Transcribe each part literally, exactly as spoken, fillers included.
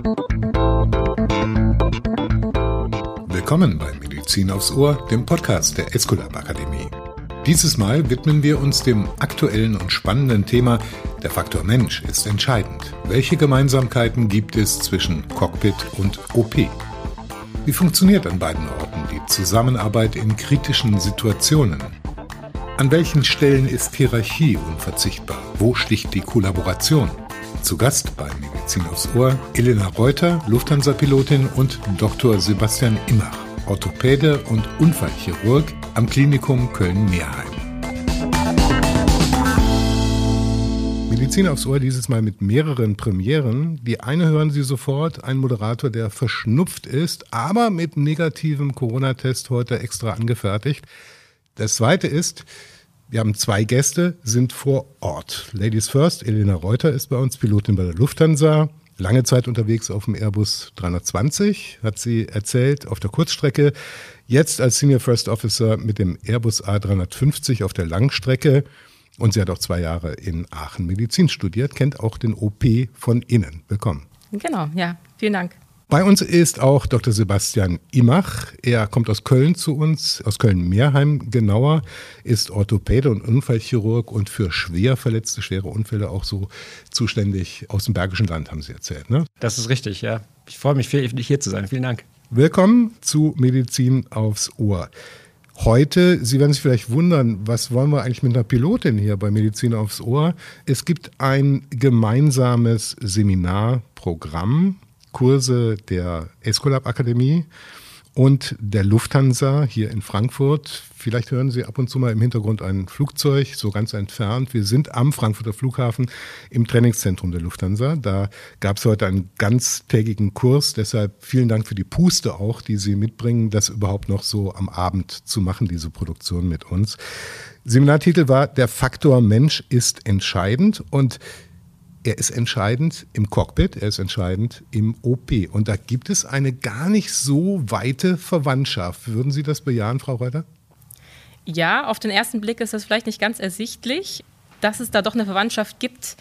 Willkommen bei Medizin aufs Ohr, dem Podcast der Esculap Akademie. Dieses Mal widmen wir uns dem aktuellen und spannenden Thema: Der Faktor Mensch ist entscheidend. Welche Gemeinsamkeiten gibt es zwischen Cockpit und O P? Wie funktioniert an beiden Orten die Zusammenarbeit in kritischen Situationen? An welchen Stellen ist Hierarchie unverzichtbar? Wo sticht die Kollaboration? Zu Gast bei Medizin aufs Ohr Elena Reuter, Lufthansa-Pilotin, und Doktor Sebastian Imach, Orthopäde und Unfallchirurg am Klinikum Köln-Meerheim. Medizin aufs Ohr dieses Mal mit mehreren Premieren. Die eine hören Sie sofort, ein Moderator, der verschnupft ist, aber mit negativem Corona-Test heute extra angefertigt. Das zweite ist, wir haben zwei Gäste, sind vor Ort. Ladies first, Elena Reuter ist bei uns, Pilotin bei der Lufthansa. Lange Zeit unterwegs auf dem Airbus dreihundertzwanzig, hat sie erzählt, auf der Kurzstrecke. Jetzt als Senior First Officer mit dem Airbus A drei fünfzig auf der Langstrecke. Und sie hat auch zwei Jahre in Aachen Medizin studiert, kennt auch den O P von innen. Willkommen. Genau, ja, vielen Dank. Bei uns ist auch Doktor Sebastian Imach. Er kommt aus Köln zu uns, aus Köln-Meerheim genauer, ist Orthopäde und Unfallchirurg und für schwer Verletzte, schwere Unfälle auch so zuständig aus dem Bergischen Land, haben Sie erzählt, ne? Das ist richtig, ja. Ich freue mich, hier zu sein. Vielen Dank. Willkommen zu Medizin aufs Ohr. Heute, Sie werden sich vielleicht wundern, was wollen wir eigentlich mit einer Pilotin hier bei Medizin aufs Ohr? Es gibt ein gemeinsames Seminarprogramm, Kurse der Esculap Akademie und der Lufthansa hier in Frankfurt. Vielleicht hören Sie ab und zu mal im Hintergrund ein Flugzeug, so ganz entfernt. Wir sind am Frankfurter Flughafen im Trainingszentrum der Lufthansa. Da gab es heute einen ganztägigen Kurs. Deshalb vielen Dank für die Puste auch, die Sie mitbringen, das überhaupt noch so am Abend zu machen, diese Produktion mit uns. Seminartitel war: Der Faktor Mensch ist entscheidend. Und er ist entscheidend im Cockpit, er ist entscheidend im O P. Und da gibt es eine gar nicht so weite Verwandtschaft. Würden Sie das bejahen, Frau Reuter? Ja, auf den ersten Blick ist das vielleicht nicht ganz ersichtlich, dass es da doch eine Verwandtschaft gibt.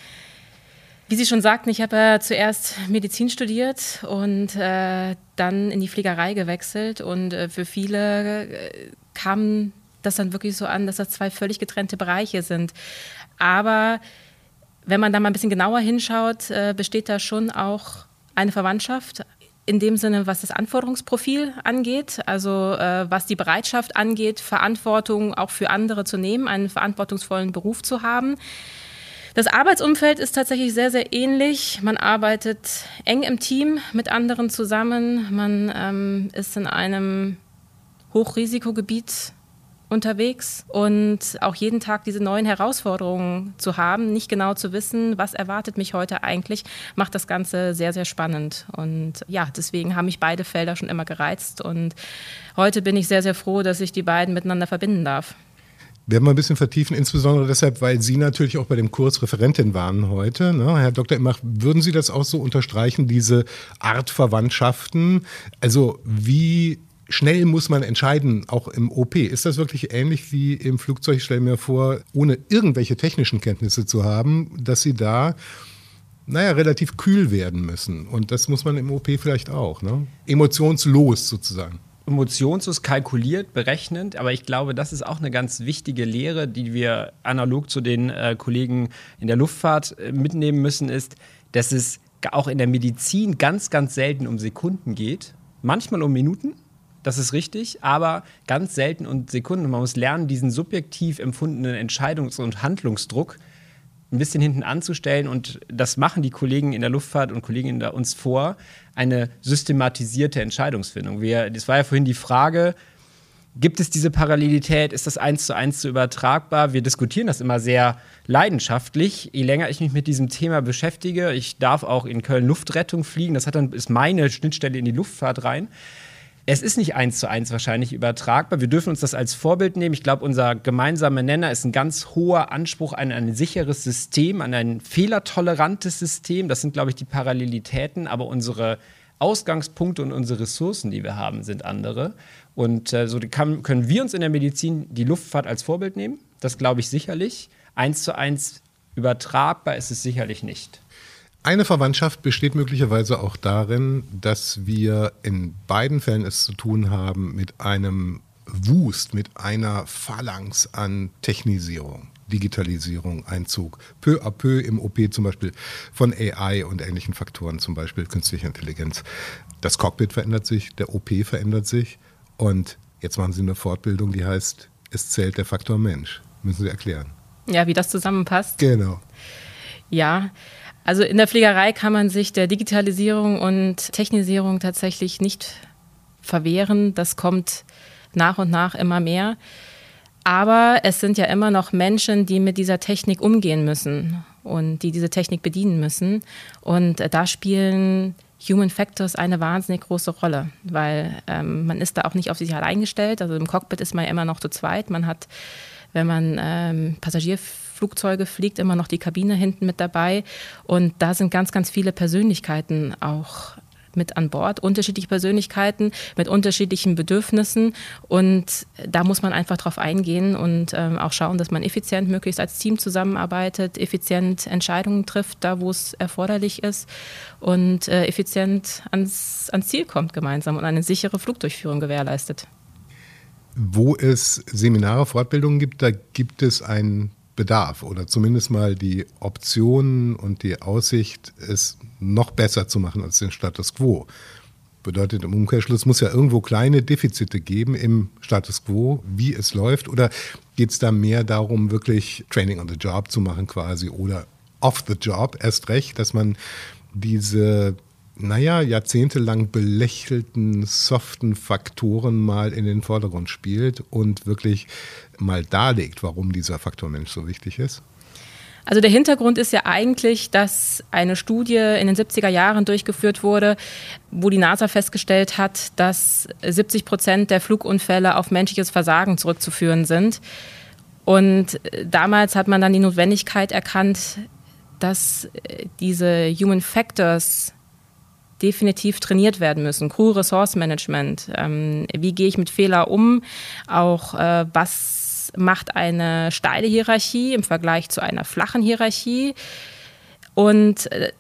Wie Sie schon sagten, ich habe ja zuerst Medizin studiert und äh, dann in die Fliegerei gewechselt. Und äh, für viele äh, kam das dann wirklich so an, dass das zwei völlig getrennte Bereiche sind. Aber wenn man da mal ein bisschen genauer hinschaut, äh, besteht da schon auch eine Verwandtschaft. In dem Sinne, was das Anforderungsprofil angeht, also äh, was die Bereitschaft angeht, Verantwortung auch für andere zu nehmen, einen verantwortungsvollen Beruf zu haben. Das Arbeitsumfeld ist tatsächlich sehr, sehr ähnlich. Man arbeitet eng im Team mit anderen zusammen. Man ähm, ist in einem Hochrisikogebiet unterwegs und auch jeden Tag diese neuen Herausforderungen zu haben, nicht genau zu wissen, was erwartet mich heute eigentlich, macht das Ganze sehr, sehr spannend. Und ja, deswegen haben mich beide Felder schon immer gereizt und heute bin ich sehr, sehr froh, dass ich die beiden miteinander verbinden darf. Werden wir ein bisschen vertiefen, insbesondere deshalb, weil Sie natürlich auch bei dem Kurs Referentin waren heute, ne? Herr Doktor Imach, würden Sie das auch so unterstreichen, diese Art Verwandtschaften? Also wie schnell muss man entscheiden, auch im O P. Ist das wirklich ähnlich wie im Flugzeug? Ich stelle mir vor, ohne irgendwelche technischen Kenntnisse zu haben, dass Sie da, naja, relativ kühl werden müssen. Und das muss man im O P vielleicht auch, ne? Emotionslos sozusagen. Emotionslos, kalkuliert, berechnend. Aber ich glaube, das ist auch eine ganz wichtige Lehre, die wir analog zu den äh, Kollegen in der Luftfahrt äh, mitnehmen müssen, ist, dass es auch in der Medizin ganz, ganz selten um Sekunden geht. Manchmal um Minuten. Das ist richtig, aber ganz selten um Sekunden. Man muss lernen, diesen subjektiv empfundenen Entscheidungs- und Handlungsdruck ein bisschen hinten anzustellen. Und das machen die Kollegen in der Luftfahrt und Kolleginnen da uns vor, eine systematisierte Entscheidungsfindung. Wir, das war ja vorhin die Frage, gibt es diese Parallelität? Ist das eins zu eins so übertragbar? Wir diskutieren das immer sehr leidenschaftlich. Je länger ich mich mit diesem Thema beschäftige, ich darf auch in Köln Luftrettung fliegen, das hat dann, ist meine Schnittstelle in die Luftfahrt rein. Es ist nicht eins zu eins wahrscheinlich übertragbar. Wir dürfen uns das als Vorbild nehmen. Ich glaube, unser gemeinsamer Nenner ist ein ganz hoher Anspruch an ein sicheres System, an ein fehlertolerantes System. Das sind, glaube ich, die Parallelitäten. Aber unsere Ausgangspunkte und unsere Ressourcen, die wir haben, sind andere. Und äh, so kann, können wir uns in der Medizin die Luftfahrt als Vorbild nehmen. Das glaube ich sicherlich. Eins zu eins übertragbar ist es sicherlich nicht. Eine Verwandtschaft besteht möglicherweise auch darin, dass wir in beiden Fällen es zu tun haben mit einem Wust, mit einer Phalanx an Technisierung, Digitalisierung, Einzug, peu à peu im O P zum Beispiel von A I und ähnlichen Faktoren, zum Beispiel künstliche Intelligenz. Das Cockpit verändert sich, der O P verändert sich und jetzt machen Sie eine Fortbildung, die heißt, es zählt der Faktor Mensch. Müssen Sie erklären. Ja, wie das zusammenpasst. Genau. Ja, also in der Pflegerei kann man sich der Digitalisierung und Technisierung tatsächlich nicht verwehren. Das kommt nach und nach immer mehr. Aber es sind ja immer noch Menschen, die mit dieser Technik umgehen müssen und die diese Technik bedienen müssen. Und da spielen Human Factors eine wahnsinnig große Rolle, weil ähm, man ist da auch nicht auf sich allein gestellt. Also im Cockpit ist man ja immer noch zu zweit. Man hat, wenn man ähm, Passagierflugzeuge fliegt, immer noch die Kabine hinten mit dabei. Und da sind ganz, ganz viele Persönlichkeiten auch mit an Bord, unterschiedliche Persönlichkeiten mit unterschiedlichen Bedürfnissen und da muss man einfach drauf eingehen und ähm, auch schauen, dass man effizient möglichst als Team zusammenarbeitet, effizient Entscheidungen trifft, da wo es erforderlich ist und äh, effizient ans, ans Ziel kommt gemeinsam und eine sichere Flugdurchführung gewährleistet. Wo es Seminare, Fortbildungen gibt, da gibt es einen Bedarf oder zumindest mal die Option und die Aussicht, es noch besser zu machen als den Status Quo. Bedeutet im Umkehrschluss, muss ja irgendwo kleine Defizite geben im Status Quo, wie es läuft. Oder geht es da mehr darum, wirklich Training on the Job zu machen quasi oder off the Job erst recht, dass man diese, naja, jahrzehntelang belächelten, soften Faktoren mal in den Vordergrund spielt und wirklich mal darlegt, warum dieser Faktor Mensch so wichtig ist? Also der Hintergrund ist ja eigentlich, dass eine Studie in den siebziger Jahren durchgeführt wurde, wo die NASA festgestellt hat, dass siebzig Prozent der Flugunfälle auf menschliches Versagen zurückzuführen sind. Und damals hat man dann die Notwendigkeit erkannt, dass diese Human Factors definitiv trainiert werden müssen. Crew Resource Management, ähm, wie gehe ich mit Fehlern um, auch äh, was macht eine steile Hierarchie im Vergleich zu einer flachen Hierarchie. Und äh,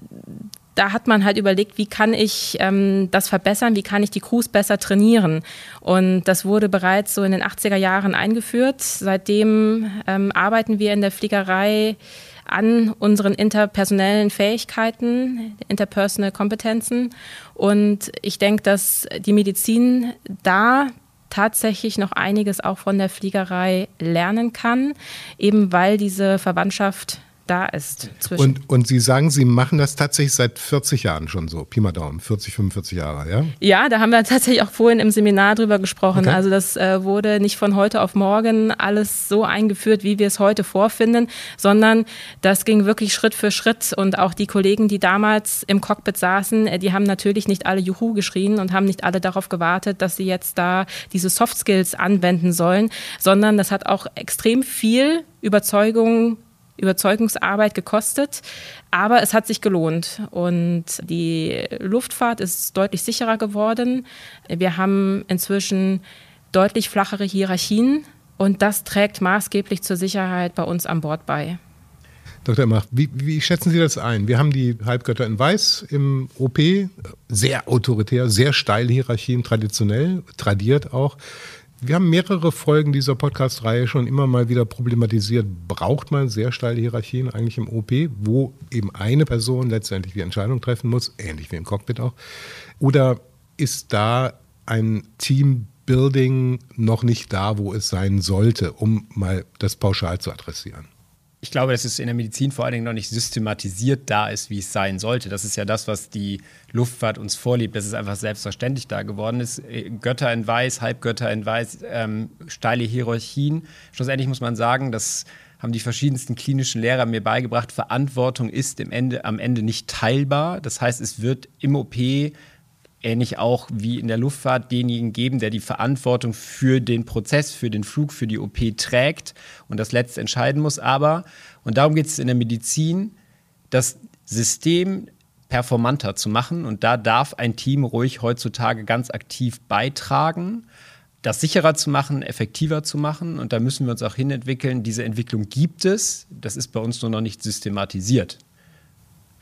da hat man halt überlegt, wie kann ich ähm, das verbessern, wie kann ich die Crews besser trainieren. Und das wurde bereits so in den achtziger Jahren eingeführt. Seitdem ähm, arbeiten wir in der Fliegerei an unseren interpersonellen Fähigkeiten, interpersonal Kompetenzen. Und ich denke, dass die Medizin da tatsächlich noch einiges auch von der Fliegerei lernen kann, eben weil diese Verwandtschaft da ist. Und, und Sie sagen, Sie machen das tatsächlich seit vierzig Jahren schon so, Pi mal Daumen, vierzig, fünfundvierzig Jahre, ja? Ja, da haben wir tatsächlich auch vorhin im Seminar drüber gesprochen. Okay. Also das äh, wurde nicht von heute auf morgen alles so eingeführt, wie wir es heute vorfinden, sondern das ging wirklich Schritt für Schritt. Und auch die Kollegen, die damals im Cockpit saßen, äh, die haben natürlich nicht alle Juhu geschrien und haben nicht alle darauf gewartet, dass sie jetzt da diese Soft Skills anwenden sollen, sondern das hat auch extrem viel Überzeugung Überzeugungsarbeit gekostet, aber es hat sich gelohnt und die Luftfahrt ist deutlich sicherer geworden. Wir haben inzwischen deutlich flachere Hierarchien und das trägt maßgeblich zur Sicherheit bei uns an Bord bei. Doktor Immach, wie, wie schätzen Sie das ein? Wir haben die Halbgötter in Weiß im O P, sehr autoritär, sehr steile Hierarchien, traditionell, tradiert auch. Wir haben mehrere Folgen dieser Podcast-Reihe schon immer mal wieder problematisiert. Braucht man sehr steile Hierarchien eigentlich im O P, wo eben eine Person letztendlich die Entscheidung treffen muss, ähnlich wie im Cockpit auch? Oder ist da ein Teambuilding noch nicht da, wo es sein sollte, um mal das pauschal zu adressieren? Ich glaube, dass es in der Medizin vor allen Dingen noch nicht systematisiert da ist, wie es sein sollte. Das ist ja das, was die Luftfahrt uns vorlebt, dass es einfach selbstverständlich da geworden ist. Götter in Weiß, Halbgötter in Weiß, ähm, steile Hierarchien. Schlussendlich muss man sagen, das haben die verschiedensten klinischen Lehrer mir beigebracht, Verantwortung ist im Ende, am Ende nicht teilbar. Das heißt, es wird im O P ähnlich auch wie in der Luftfahrt denjenigen geben, der die Verantwortung für den Prozess, für den Flug, für die O P trägt und das Letzte entscheiden muss. Aber, und darum geht es in der Medizin, das System performanter zu machen. Und da darf ein Team ruhig heutzutage ganz aktiv beitragen, das sicherer zu machen, effektiver zu machen. Und da müssen wir uns auch hinentwickeln. Diese Entwicklung gibt es. Das ist bei uns nur noch nicht systematisiert.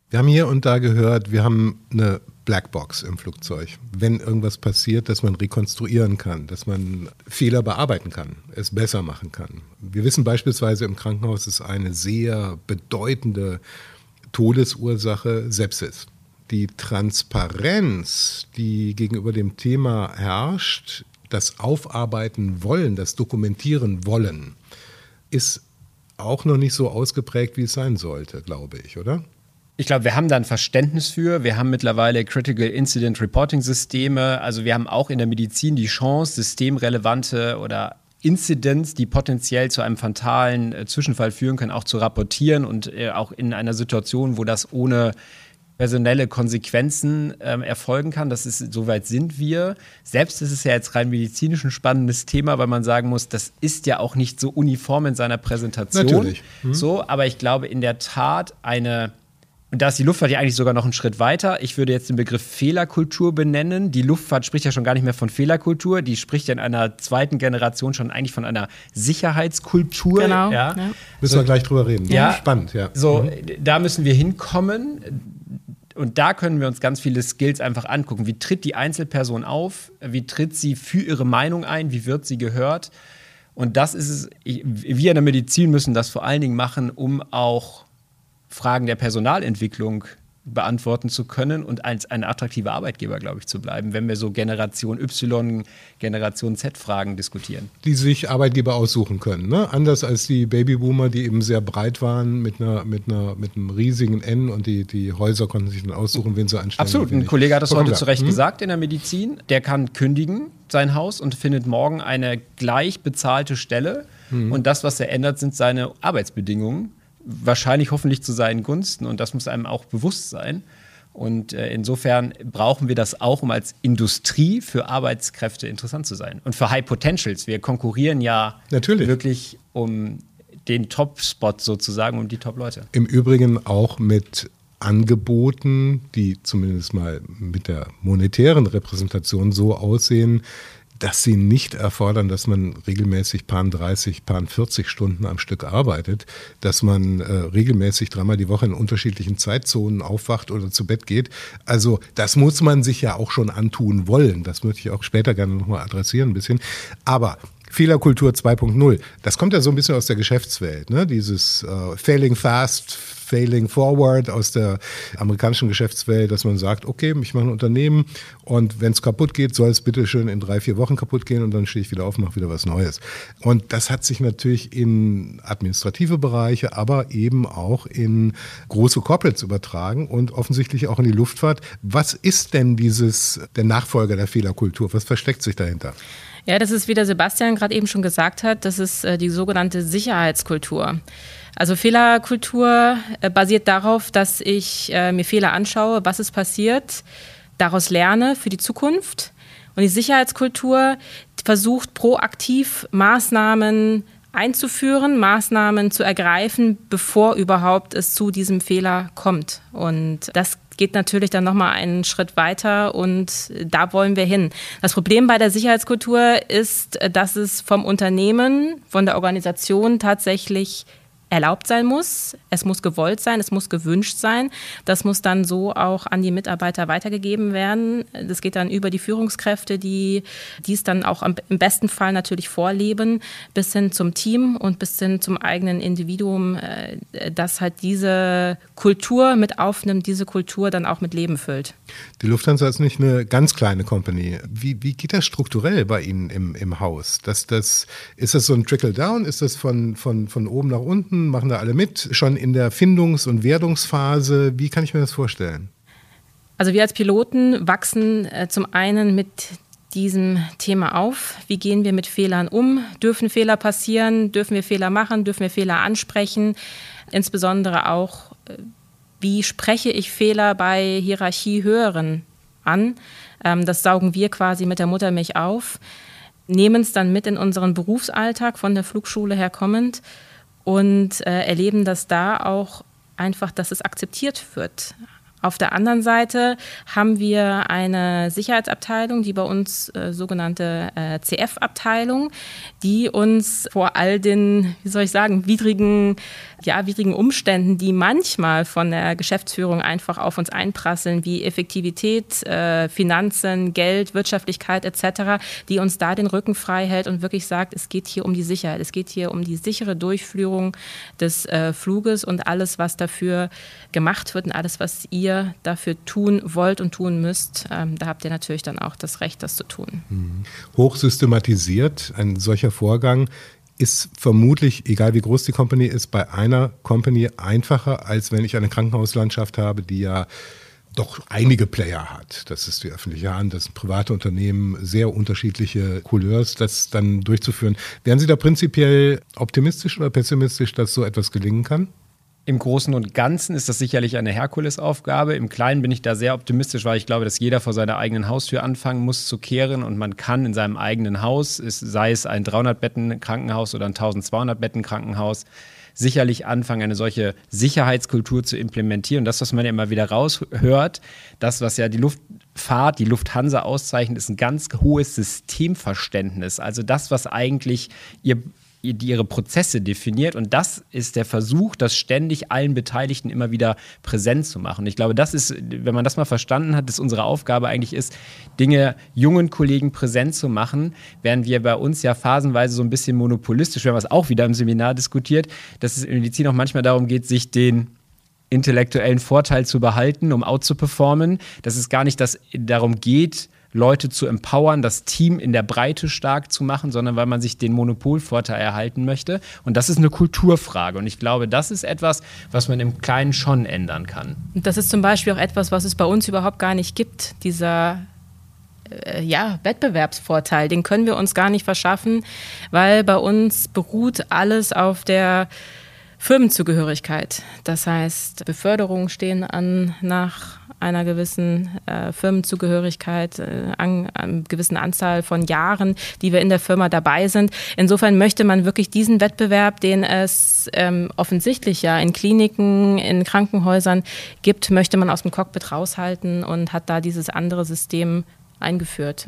Wir haben hier und da gehört, wir haben eine Blackbox im Flugzeug. Wenn irgendwas passiert, dass man rekonstruieren kann, dass man Fehler bearbeiten kann, es besser machen kann. Wir wissen beispielsweise, im Krankenhaus ist eine sehr bedeutende Todesursache Sepsis. Die Transparenz, die gegenüber dem Thema herrscht, das Aufarbeiten wollen, das Dokumentieren wollen, ist auch noch nicht so ausgeprägt, wie es sein sollte, glaube ich, oder? Ich glaube, wir haben da ein Verständnis für. Wir haben mittlerweile Critical Incident Reporting Systeme. Also wir haben auch in der Medizin die Chance, systemrelevante oder Incidents, die potenziell zu einem fatalen äh, Zwischenfall führen können, auch zu rapportieren und äh, auch in einer Situation, wo das ohne personelle Konsequenzen ähm, erfolgen kann. Das ist, soweit sind wir. Selbst ist es ja jetzt rein medizinisch ein spannendes Thema, weil man sagen muss, das ist ja auch nicht so uniform in seiner Präsentation. Natürlich. Mhm. So, aber ich glaube in der Tat eine. Und da ist die Luftfahrt ja eigentlich sogar noch einen Schritt weiter. Ich würde jetzt den Begriff Fehlerkultur benennen. Die Luftfahrt spricht ja schon gar nicht mehr von Fehlerkultur. Die spricht ja in einer zweiten Generation schon eigentlich von einer Sicherheitskultur. Genau. Ja. Ja. Müssen wir gleich drüber reden. Ja. Spannend, ja. So, Mhm. da müssen wir hinkommen. Und da können wir uns ganz viele Skills einfach angucken. Wie tritt die Einzelperson auf? Wie tritt sie für ihre Meinung ein? Wie wird sie gehört? Und das ist es. Wir in der Medizin müssen das vor allen Dingen machen, um auch Fragen der Personalentwicklung beantworten zu können und als ein attraktiver Arbeitgeber, glaube ich, zu bleiben, wenn wir so Generation Y, Generation Z-Fragen diskutieren. Die sich Arbeitgeber aussuchen können, ne? Anders als die Babyboomer, die eben sehr breit waren mit einer, mit einer, mit einem riesigen N und die, die Häuser konnten sich dann aussuchen, wen sie einstellen. Absolut. Ein Kollege hat das heute zu Recht hm? gesagt in der Medizin. Der kann kündigen, sein Haus, und findet morgen eine gleich bezahlte Stelle. Hm. Und das, was er ändert, sind seine Arbeitsbedingungen. Wahrscheinlich hoffentlich zu seinen Gunsten, und das muss einem auch bewusst sein. Und äh, insofern brauchen wir das auch, um als Industrie für Arbeitskräfte interessant zu sein. Und für High Potentials. Wir konkurrieren ja Natürlich. wirklich um den Top-Spot sozusagen, um die Top-Leute. Im Übrigen auch mit Angeboten, die zumindest mal mit der monetären Repräsentation so aussehen, dass sie nicht erfordern, dass man regelmäßig paar dreißig, paar vierzig Stunden am Stück arbeitet, dass man äh, regelmäßig dreimal die Woche in unterschiedlichen Zeitzonen aufwacht oder zu Bett geht. Also das muss man sich ja auch schon antun wollen. Das möchte ich auch später gerne nochmal adressieren ein bisschen. Aber Fehlerkultur zwei Punkt null, das kommt ja so ein bisschen aus der Geschäftswelt, ne? Dieses äh, Failing Fast, Failing Forward aus der amerikanischen Geschäftswelt, dass man sagt, okay, ich mache ein Unternehmen und wenn es kaputt geht, soll es bitte schön in drei, vier Wochen kaputt gehen und dann stehe ich wieder auf und mache wieder was Neues. Und das hat sich natürlich in administrative Bereiche, aber eben auch in große Corporates übertragen und offensichtlich auch in die Luftfahrt. Was ist denn dieses, der Nachfolger der Fehlerkultur? Was versteckt sich dahinter? Ja, das ist, wie der Sebastian gerade eben schon gesagt hat, das ist äh, die sogenannte Sicherheitskultur. Also Fehlerkultur äh, basiert darauf, dass ich äh, mir Fehler anschaue, was ist passiert, daraus lerne für die Zukunft. Und die Sicherheitskultur versucht proaktiv Maßnahmen einzuführen, Maßnahmen zu ergreifen, bevor überhaupt es zu diesem Fehler kommt. Und das geht natürlich dann nochmal einen Schritt weiter und da wollen wir hin. Das Problem bei der Sicherheitskultur ist, dass es vom Unternehmen, von der Organisation tatsächlich erlaubt sein muss. Es muss gewollt sein, es muss gewünscht sein. Das muss dann so auch an die Mitarbeiter weitergegeben werden. Das geht dann über die Führungskräfte, die dies dann auch im besten Fall natürlich vorleben, bis hin zum Team und bis hin zum eigenen Individuum, das halt diese Kultur mit aufnimmt, diese Kultur dann auch mit Leben füllt. Die Lufthansa ist nicht eine ganz kleine Company. Wie, wie geht das strukturell bei Ihnen im, im Haus? Das, das, ist das so ein Trickle-Down? Ist das von, von, von oben nach unten? Machen da alle mit? Schon in der Findungs- und Werdungsphase? Wie kann ich mir das vorstellen? Also wir als Piloten wachsen äh, zum einen mit diesem Thema auf. Wie gehen wir mit Fehlern um? Dürfen Fehler passieren? Dürfen wir Fehler machen? Dürfen wir Fehler ansprechen? Insbesondere auch, äh, wie spreche ich Fehler bei Hierarchiehöheren an? Ähm, das saugen wir quasi mit der Muttermilch auf, nehmen es dann mit in unseren Berufsalltag von der Flugschule her kommend und äh, erleben das da auch einfach, dass es akzeptiert wird. Auf der anderen Seite haben wir eine Sicherheitsabteilung, die bei uns äh, sogenannte äh, C F-Abteilung, die uns vor all den, wie soll ich sagen, widrigen, ja, widrigen Umständen, die manchmal von der Geschäftsführung einfach auf uns einprasseln, wie Effektivität, äh, Finanzen, Geld, Wirtschaftlichkeit et cetera, die uns da den Rücken frei hält und wirklich sagt, es geht hier um die Sicherheit, es geht hier um die sichere Durchführung des äh, Fluges und alles, was dafür gemacht wird und alles, was ihr dafür tun wollt und tun müsst, ähm, da habt ihr natürlich dann auch das Recht, das zu tun. Mhm. Hochsystematisiert, ein solcher Vorgang ist vermutlich, egal wie groß die Company ist, bei einer Company einfacher, als wenn ich eine Krankenhauslandschaft habe, die ja doch einige Player hat. Das ist die öffentliche Hand, das sind private Unternehmen, sehr unterschiedliche Couleurs, das dann durchzuführen. Wären Sie da prinzipiell optimistisch oder pessimistisch, dass so etwas gelingen kann? Im Großen und Ganzen ist das sicherlich eine Herkulesaufgabe. Im Kleinen bin ich da sehr optimistisch, weil ich glaube, dass jeder vor seiner eigenen Haustür anfangen muss zu kehren und man kann in seinem eigenen Haus, sei es ein dreihundert-Betten-Krankenhaus oder ein eintausendzweihundert-Betten-Krankenhaus, sicherlich anfangen, eine solche Sicherheitskultur zu implementieren. Und das, was man ja immer wieder raushört, das, was ja die Luftfahrt, die Lufthansa auszeichnet, ist ein ganz hohes Systemverständnis. Also das, was eigentlich ihr die ihre Prozesse definiert und das ist der Versuch, das ständig allen Beteiligten immer wieder präsent zu machen. Und ich glaube, das ist, wenn man das mal verstanden hat, dass unsere Aufgabe eigentlich ist, Dinge jungen Kollegen präsent zu machen, während wir bei uns ja phasenweise so ein bisschen monopolistisch, wir haben es auch wieder im Seminar diskutiert, dass es in Medizin auch manchmal darum geht, sich den intellektuellen Vorteil zu behalten, um out zu performen, dass es gar nicht das darum geht, Leute zu empowern, das Team in der Breite stark zu machen, sondern weil man sich den Monopolvorteil erhalten möchte. Und das ist eine Kulturfrage. Und ich glaube, das ist etwas, was man im Kleinen schon ändern kann. Und das ist zum Beispiel auch etwas, was es bei uns überhaupt gar nicht gibt. Dieser äh, ja, Wettbewerbsvorteil, den können wir uns gar nicht verschaffen, weil bei uns beruht alles auf der Firmenzugehörigkeit. Das heißt, Beförderungen stehen an nach einer gewissen äh, Firmenzugehörigkeit, äh, an einer gewissen Anzahl von Jahren, die wir in der Firma dabei sind. Insofern möchte man wirklich diesen Wettbewerb, den es ähm, offensichtlich ja in Kliniken, in Krankenhäusern gibt, möchte man aus dem Cockpit raushalten und hat da dieses andere System eingeführt.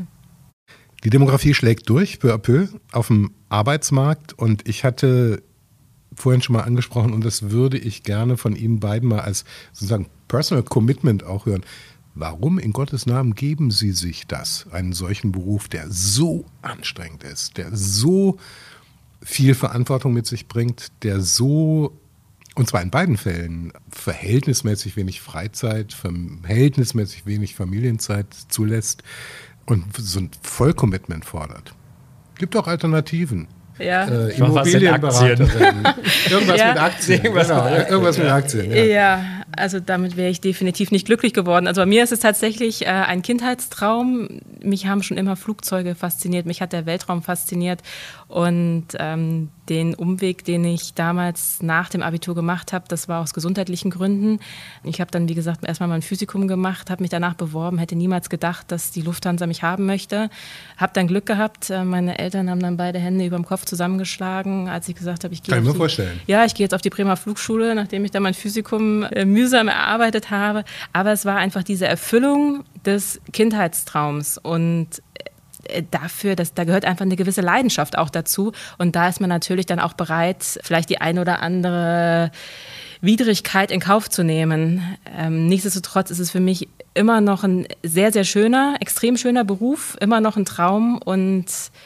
Die Demografie schlägt durch, peu à peu, auf dem Arbeitsmarkt und ich hatte vorhin schon mal angesprochen und das würde ich gerne von Ihnen beiden mal als sozusagen Personal Commitment auch hören. Warum in Gottes Namen geben Sie sich das, einen solchen Beruf, der so anstrengend ist, der so viel Verantwortung mit sich bringt, der so, und zwar in beiden Fällen, verhältnismäßig wenig Freizeit, verhältnismäßig wenig Familienzeit zulässt und so ein Vollcommitment fordert? Gibt auch Alternativen. Ja. Äh, Immobilienberaterin. Irgendwas ja. mit Aktien. Irgendwas, genau. mit, Irgendwas mit Aktien. Ja. ja, also damit wäre ich definitiv nicht glücklich geworden. Also bei mir ist es tatsächlich äh, ein Kindheitstraum. Mich haben schon immer Flugzeuge fasziniert. Mich hat der Weltraum fasziniert. Und ähm, den Umweg, den ich damals nach dem Abitur gemacht habe, das war aus gesundheitlichen Gründen. Ich habe dann, wie gesagt, erstmal mein Physikum gemacht, habe mich danach beworben, hätte niemals gedacht, dass die Lufthansa mich haben möchte. Habe dann Glück gehabt. Meine Eltern haben dann beide Hände über dem Kopf zusammengeschlagen, als ich gesagt habe, ich gehe Kann ich mir die, vorstellen. Ja, ich gehe jetzt auf die Bremer Flugschule, nachdem ich dann mein Physikum äh, mühsam erarbeitet habe. Aber es war einfach diese Erfüllung des Kindheitstraums und äh, dafür, dass, da gehört einfach eine gewisse Leidenschaft auch dazu. Und da ist man natürlich dann auch bereit, vielleicht die ein oder andere Widrigkeit in Kauf zu nehmen. Ähm, nichtsdestotrotz ist es für mich immer noch ein sehr, sehr schöner, extrem schöner Beruf, immer noch ein Traum und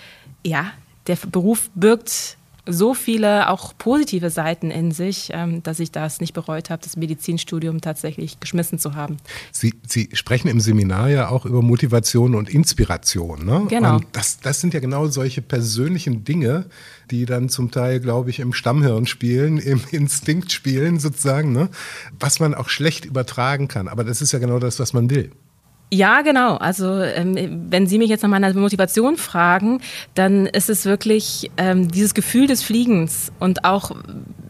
ja, der Beruf birgt so viele auch positive Seiten in sich, dass ich das nicht bereut habe, das Medizinstudium tatsächlich geschmissen zu haben. Sie, Sie sprechen im Seminar ja auch über Motivation und Inspiration, ne? Genau. Und das, das sind ja genau solche persönlichen Dinge, die dann zum Teil, glaube ich, im Stammhirn spielen, im Instinkt spielen sozusagen, ne? Was man auch schlecht übertragen kann. Aber das ist ja genau das, was man will. Ja, genau. Also ähm, wenn Sie mich jetzt nach meiner Motivation fragen, dann ist es wirklich ähm, dieses Gefühl des Fliegens und auch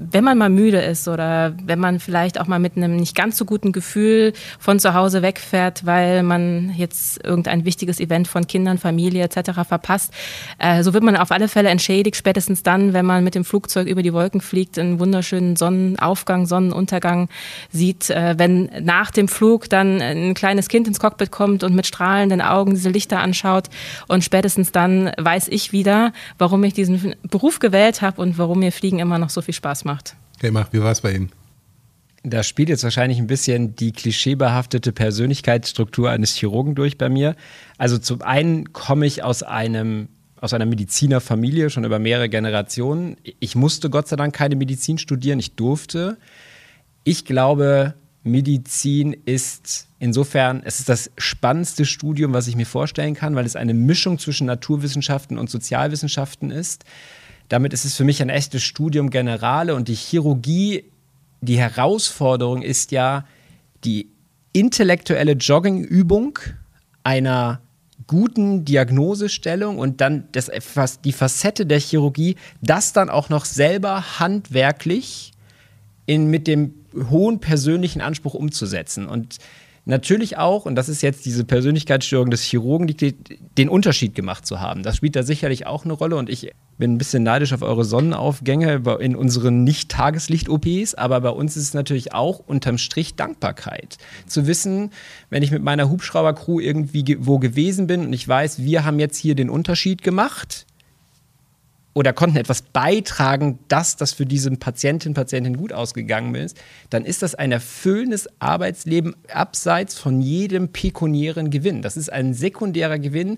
wenn man mal müde ist oder wenn man vielleicht auch mal mit einem nicht ganz so guten Gefühl von zu Hause wegfährt, weil man jetzt irgendein wichtiges Event von Kindern, Familie et cetera verpasst, äh, so wird man auf alle Fälle entschädigt, spätestens dann, wenn man mit dem Flugzeug über die Wolken fliegt, einen wunderschönen Sonnenaufgang, Sonnenuntergang sieht, äh, wenn nach dem Flug dann ein kleines Kind ins Cockpit kommt und mit strahlenden Augen diese Lichter anschaut, und spätestens dann weiß ich wieder, warum ich diesen Beruf gewählt habe und warum mir Fliegen immer noch so viel Spaß macht. Hey, Marc, wie war es bei Ihnen? Da spielt jetzt wahrscheinlich ein bisschen die klischeebehaftete Persönlichkeitsstruktur eines Chirurgen durch bei mir. Also zum einen komme ich aus einem aus einer Medizinerfamilie, schon über mehrere Generationen. Ich musste Gott sei Dank keine Medizin studieren, ich durfte. Ich glaube, Medizin ist insofern, es ist das spannendste Studium, was ich mir vorstellen kann, weil es eine Mischung zwischen Naturwissenschaften und Sozialwissenschaften ist. Damit ist es für mich ein echtes Studium Generale, und die Chirurgie, die Herausforderung ist ja die intellektuelle Joggingübung einer guten Diagnosestellung und dann das, die Facette der Chirurgie, das dann auch noch selber handwerklich in, mit dem hohen persönlichen Anspruch umzusetzen. Und natürlich auch, und das ist jetzt diese Persönlichkeitsstörung des Chirurgen, die, den Unterschied gemacht zu haben. Das spielt da sicherlich auch eine Rolle, und ich bin ein bisschen neidisch auf eure Sonnenaufgänge in unseren Nicht-Tageslicht-O Ps, aber bei uns ist es natürlich auch unterm Strich Dankbarkeit. Zu wissen, wenn ich mit meiner Hubschrauber-Crew irgendwie ge- wo gewesen bin und ich weiß, wir haben jetzt hier den Unterschied gemacht oder konnten etwas beitragen, dass das für diesen Patientin, Patientin gut ausgegangen ist, dann ist das ein erfüllendes Arbeitsleben abseits von jedem pekuniären Gewinn. Das ist ein sekundärer Gewinn,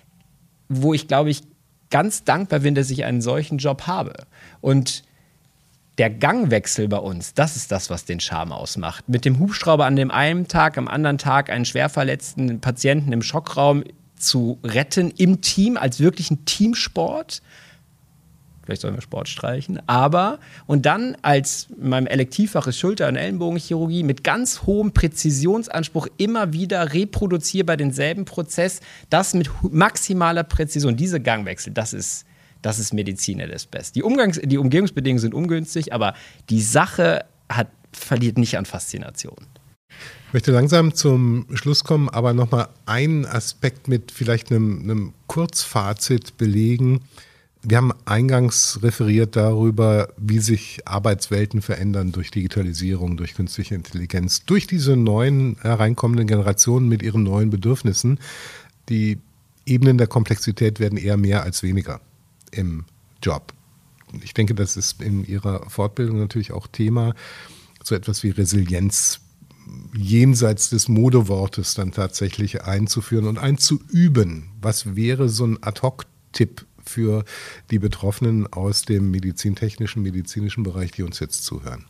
wo ich, glaube ich, ganz dankbar bin, dass ich einen solchen Job habe. Und der Gangwechsel bei uns, das ist das, was den Charme ausmacht. Mit dem Hubschrauber an dem einen Tag, am anderen Tag einen schwer verletzten Patienten im Schockraum zu retten, im Team, als wirklich ein Teamsport. Vielleicht sollen wir Sport streichen, aber und dann als in meinem Elektivfach ist Schulter- und Ellenbogenchirurgie mit ganz hohem Präzisionsanspruch immer wieder reproduzierbar denselben Prozess, das mit maximaler Präzision, diese Gangwechsel, das ist, das ist Medizin at its best. Die, Umgangs-, die Umgebungsbedingungen sind ungünstig, aber die Sache hat, verliert nicht an Faszination. Ich möchte langsam zum Schluss kommen, aber nochmal einen Aspekt mit vielleicht einem, einem Kurzfazit belegen. Wir haben eingangs referiert darüber, wie sich Arbeitswelten verändern durch Digitalisierung, durch künstliche Intelligenz, durch diese neuen hereinkommenden Generationen mit ihren neuen Bedürfnissen. Die Ebenen der Komplexität werden eher mehr als weniger im Job. Ich denke, das ist in Ihrer Fortbildung natürlich auch Thema, so etwas wie Resilienz jenseits des Modewortes dann tatsächlich einzuführen und einzuüben. Was wäre so ein Ad-Hoc-Tipp für die Betroffenen aus dem medizintechnischen, medizinischen Bereich, die uns jetzt zuhören?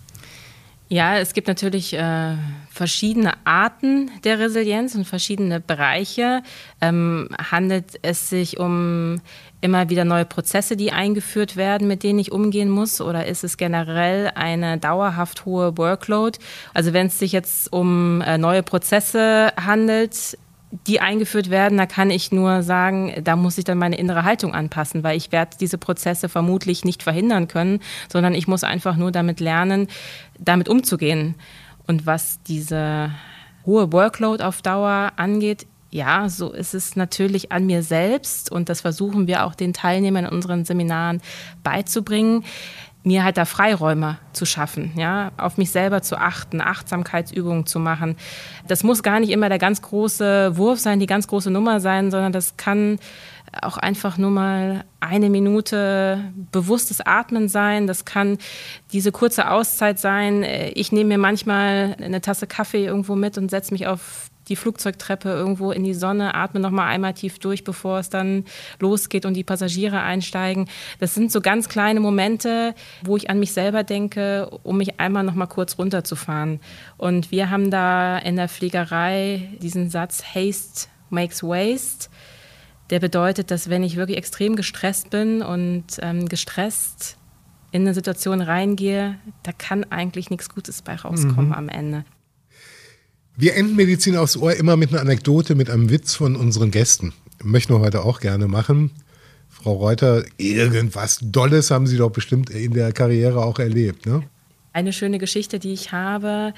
Ja, es gibt natürlich äh, verschiedene Arten der Resilienz und verschiedene Bereiche. Ähm, handelt es sich um immer wieder neue Prozesse, die eingeführt werden, mit denen ich umgehen muss? Oder ist es generell eine dauerhaft hohe Workload? Also wenn es sich jetzt um äh, neue Prozesse handelt, die eingeführt werden, da kann ich nur sagen, da muss ich dann meine innere Haltung anpassen, weil ich werde diese Prozesse vermutlich nicht verhindern können, sondern ich muss einfach nur damit lernen, damit umzugehen. Und was diese hohe Workload auf Dauer angeht, ja, so ist es natürlich an mir selbst, und das versuchen wir auch den Teilnehmern in unseren Seminaren beizubringen, mir halt da Freiräume zu schaffen, ja, auf mich selber zu achten, Achtsamkeitsübungen zu machen. Das muss gar nicht immer der ganz große Wurf sein, die ganz große Nummer sein, sondern das kann auch einfach nur mal eine Minute bewusstes Atmen sein. Das kann diese kurze Auszeit sein. Ich nehme mir manchmal eine Tasse Kaffee irgendwo mit und setze mich auf die Flugzeugtreppe irgendwo in die Sonne, atme noch mal einmal tief durch, bevor es dann losgeht und die Passagiere einsteigen. Das sind so ganz kleine Momente, wo ich an mich selber denke, um mich einmal noch mal kurz runterzufahren. Und wir haben da in der Fliegerei diesen Satz, Haste makes waste. Der bedeutet, dass wenn ich wirklich extrem gestresst bin und ähm, gestresst in eine Situation reingehe, da kann eigentlich nichts Gutes bei rauskommen mhm. am Ende. Wir enden Medizin aufs Ohr immer mit einer Anekdote, mit einem Witz von unseren Gästen. Möchten wir heute auch gerne machen. Frau Reuter, irgendwas Dolles haben Sie doch bestimmt in der Karriere auch erlebt, ne? Eine schöne Geschichte, die ich habe,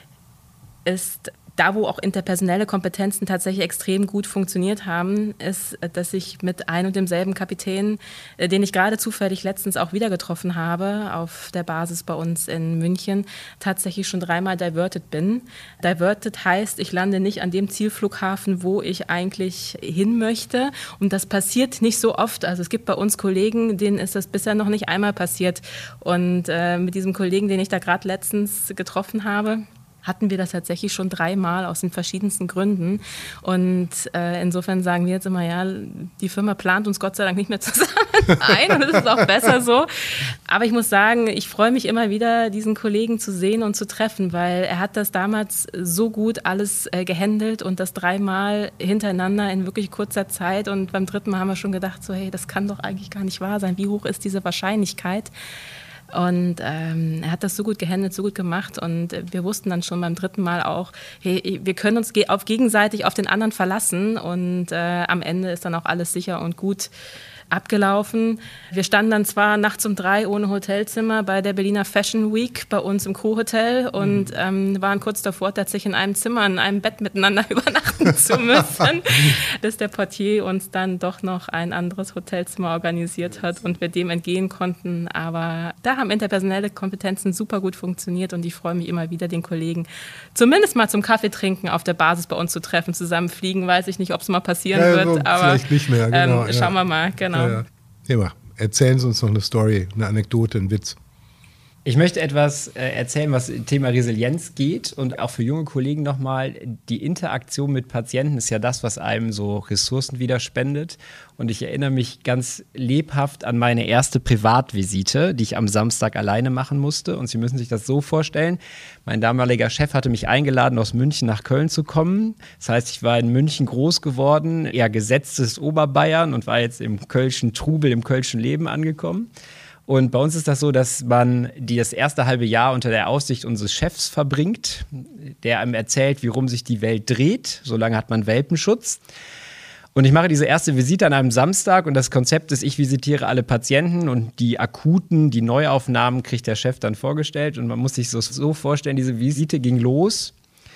ist, da wo auch interpersonelle Kompetenzen tatsächlich extrem gut funktioniert haben, ist, dass ich mit einem und demselben Kapitän, den ich gerade zufällig letztens auch wieder getroffen habe, auf der Basis bei uns in München, tatsächlich schon dreimal diverted bin. Diverted heißt, ich lande nicht an dem Zielflughafen, wo ich eigentlich hin möchte. Und das passiert nicht so oft. Also es gibt bei uns Kollegen, denen ist das bisher noch nicht einmal passiert. Und äh, mit diesem Kollegen, den ich da gerade letztens getroffen habe, hatten wir das tatsächlich schon dreimal aus den verschiedensten Gründen. Und äh, insofern sagen wir jetzt immer, ja, die Firma plant uns Gott sei Dank nicht mehr zusammen ein und das ist auch besser so. Aber ich muss sagen, ich freue mich immer wieder, diesen Kollegen zu sehen und zu treffen, weil er hat das damals so gut alles äh, gehandelt und das dreimal hintereinander in wirklich kurzer Zeit. Und beim dritten Mal haben wir schon gedacht, so hey, das kann doch eigentlich gar nicht wahr sein. Wie hoch ist diese Wahrscheinlichkeit? Und ähm, er hat das so gut gehandelt, so gut gemacht und wir wussten dann schon beim dritten Mal auch, hey, wir können uns ge- auf gegenseitig auf den anderen verlassen und äh, am Ende ist dann auch alles sicher und gut abgelaufen. Wir standen dann zwar nachts um drei ohne Hotelzimmer bei der Berliner Fashion Week bei uns im Co-Hotel und ähm, waren kurz davor, tatsächlich in einem Zimmer, in einem Bett miteinander übernachten zu müssen, dass der Portier uns dann doch noch ein anderes Hotelzimmer organisiert hat und wir dem entgehen konnten. Aber da haben interpersonelle Kompetenzen super gut funktioniert und ich freue mich immer wieder, den Kollegen zumindest mal zum Kaffee trinken auf der Basis bei uns zu treffen, zusammen fliegen. Weiß ich nicht, ob es mal passieren ja, wird, so, aber vielleicht nicht mehr, genau, ähm, ja. schauen wir mal, genau. Ja, ja. Thema. Erzählen Sie uns noch eine Story, eine Anekdote, einen Witz. Ich möchte etwas äh, erzählen, was Thema Resilienz geht und auch für junge Kollegen nochmal, die Interaktion mit Patienten ist ja das, was einem so Ressourcen wieder spendet. Und ich erinnere mich ganz lebhaft an meine erste Privatvisite, die ich am Samstag alleine machen musste. Und Sie müssen sich das so vorstellen, mein damaliger Chef hatte mich eingeladen, aus München nach Köln zu kommen. Das heißt, ich war in München groß geworden, eher gesetztes Oberbayern und war jetzt im kölschen Trubel, im kölschen Leben angekommen. Und bei uns ist das so, dass man die das erste halbe Jahr unter der Aussicht unseres Chefs verbringt, der einem erzählt, wie rum sich die Welt dreht. Solange hat man Welpenschutz. Und ich mache diese erste Visite an einem Samstag und das Konzept ist, ich visitiere alle Patienten und die akuten, die Neuaufnahmen kriegt der Chef dann vorgestellt. Und man muss sich so, so vorstellen, diese Visite ging los.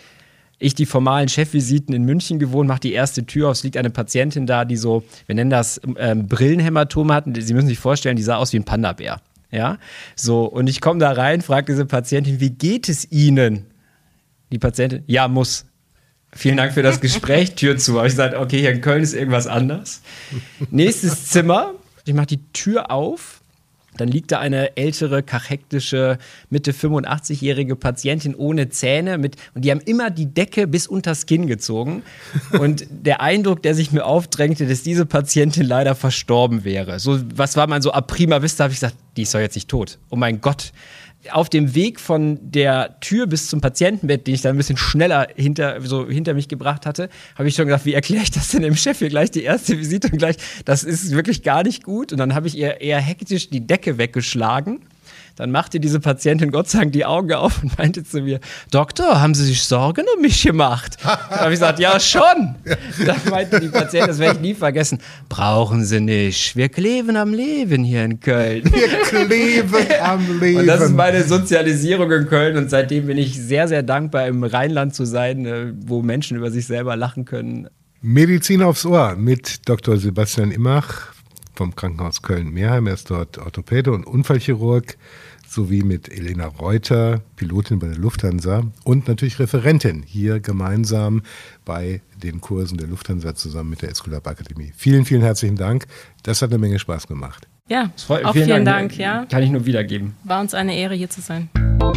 Ich die formalen Chefvisiten in München gewohnt, mache die erste Tür auf, es liegt eine Patientin da, die so, wir nennen das ähm, Brillenhämatome hatten. Sie müssen sich vorstellen, die sah aus wie ein Panda-Bär. Ja, so, und ich komme da rein, frage diese Patientin, wie geht es Ihnen? Die Patientin, ja, muss. Vielen Dank für das Gespräch, Tür zu. Aber ich sage, okay, hier in Köln ist irgendwas anders. Nächstes Zimmer, ich mache die Tür auf. Dann liegt da eine ältere, kachektische, Mitte fünfundachtzigjährige Patientin ohne Zähne mit, und die haben immer die Decke bis unters Kinn gezogen. Und der Eindruck, der sich mir aufdrängte, dass diese Patientin leider verstorben wäre. So, was war man so ab prima vista, habe ich gesagt, die ist doch jetzt nicht tot. Oh mein Gott. Auf dem Weg von der Tür bis zum Patientenbett, den ich dann ein bisschen schneller hinter, so hinter mich gebracht hatte, habe ich schon gedacht, wie erkläre ich das denn dem Chef hier gleich die erste Visite und gleich, das ist wirklich gar nicht gut. Und dann habe ich ihr eher hektisch die Decke weggeschlagen. Dann machte diese Patientin Gott sei Dank die Augen auf und meinte zu mir, Doktor, haben Sie sich Sorgen um mich gemacht? Da habe ich gesagt, ja schon. Da meinte die Patientin, das werde ich nie vergessen, brauchen Sie nicht, wir kleben am Leben hier in Köln. Wir kleben am Leben. Und das ist meine Sozialisierung in Köln und seitdem bin ich sehr, sehr dankbar, im Rheinland zu sein, wo Menschen über sich selber lachen können. Medizin aufs Ohr mit Doktor Sebastian Immach vom Krankenhaus Köln-Meerheim. Er ist dort Orthopäde und Unfallchirurg, sowie mit Elena Reuter, Pilotin bei der Lufthansa und natürlich Referentin hier gemeinsam bei den Kursen der Lufthansa zusammen mit der Esculap Akademie. Vielen, vielen herzlichen Dank. Das hat eine Menge Spaß gemacht. Ja, freut, auch vielen, vielen Dank. Dank. Ja. Kann ich nur wiedergeben. War uns eine Ehre, hier zu sein.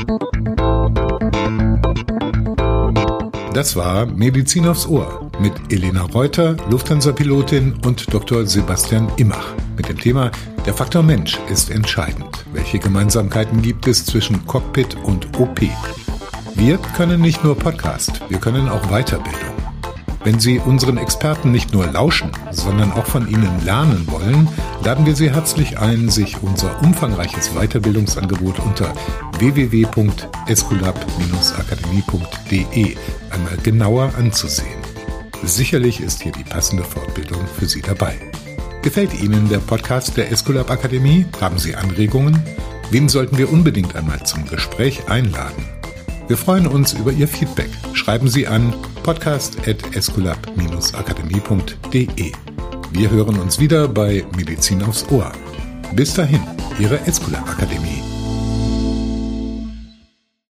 Das war Medizin aufs Ohr mit Elena Reuter, Lufthansa-Pilotin und Doktor Sebastian Immach mit dem Thema Der Faktor Mensch ist entscheidend. Welche Gemeinsamkeiten gibt es zwischen Cockpit und O P? Wir können nicht nur Podcast, wir können auch Weiterbildung. Wenn Sie unseren Experten nicht nur lauschen, sondern auch von ihnen lernen wollen, laden wir Sie herzlich ein, sich unser umfangreiches Weiterbildungsangebot unter w w w punkt esculap Bindestrich akademie punkt d e einmal genauer anzusehen. Sicherlich ist hier die passende Fortbildung für Sie dabei. Gefällt Ihnen der Podcast der Esculap Akademie? Haben Sie Anregungen? Wen sollten wir unbedingt einmal zum Gespräch einladen? Wir freuen uns über Ihr Feedback. Schreiben Sie an podcast at esculap akademie punkt de. Wir hören uns wieder bei Medizin aufs Ohr. Bis dahin, Ihre Esculap Akademie.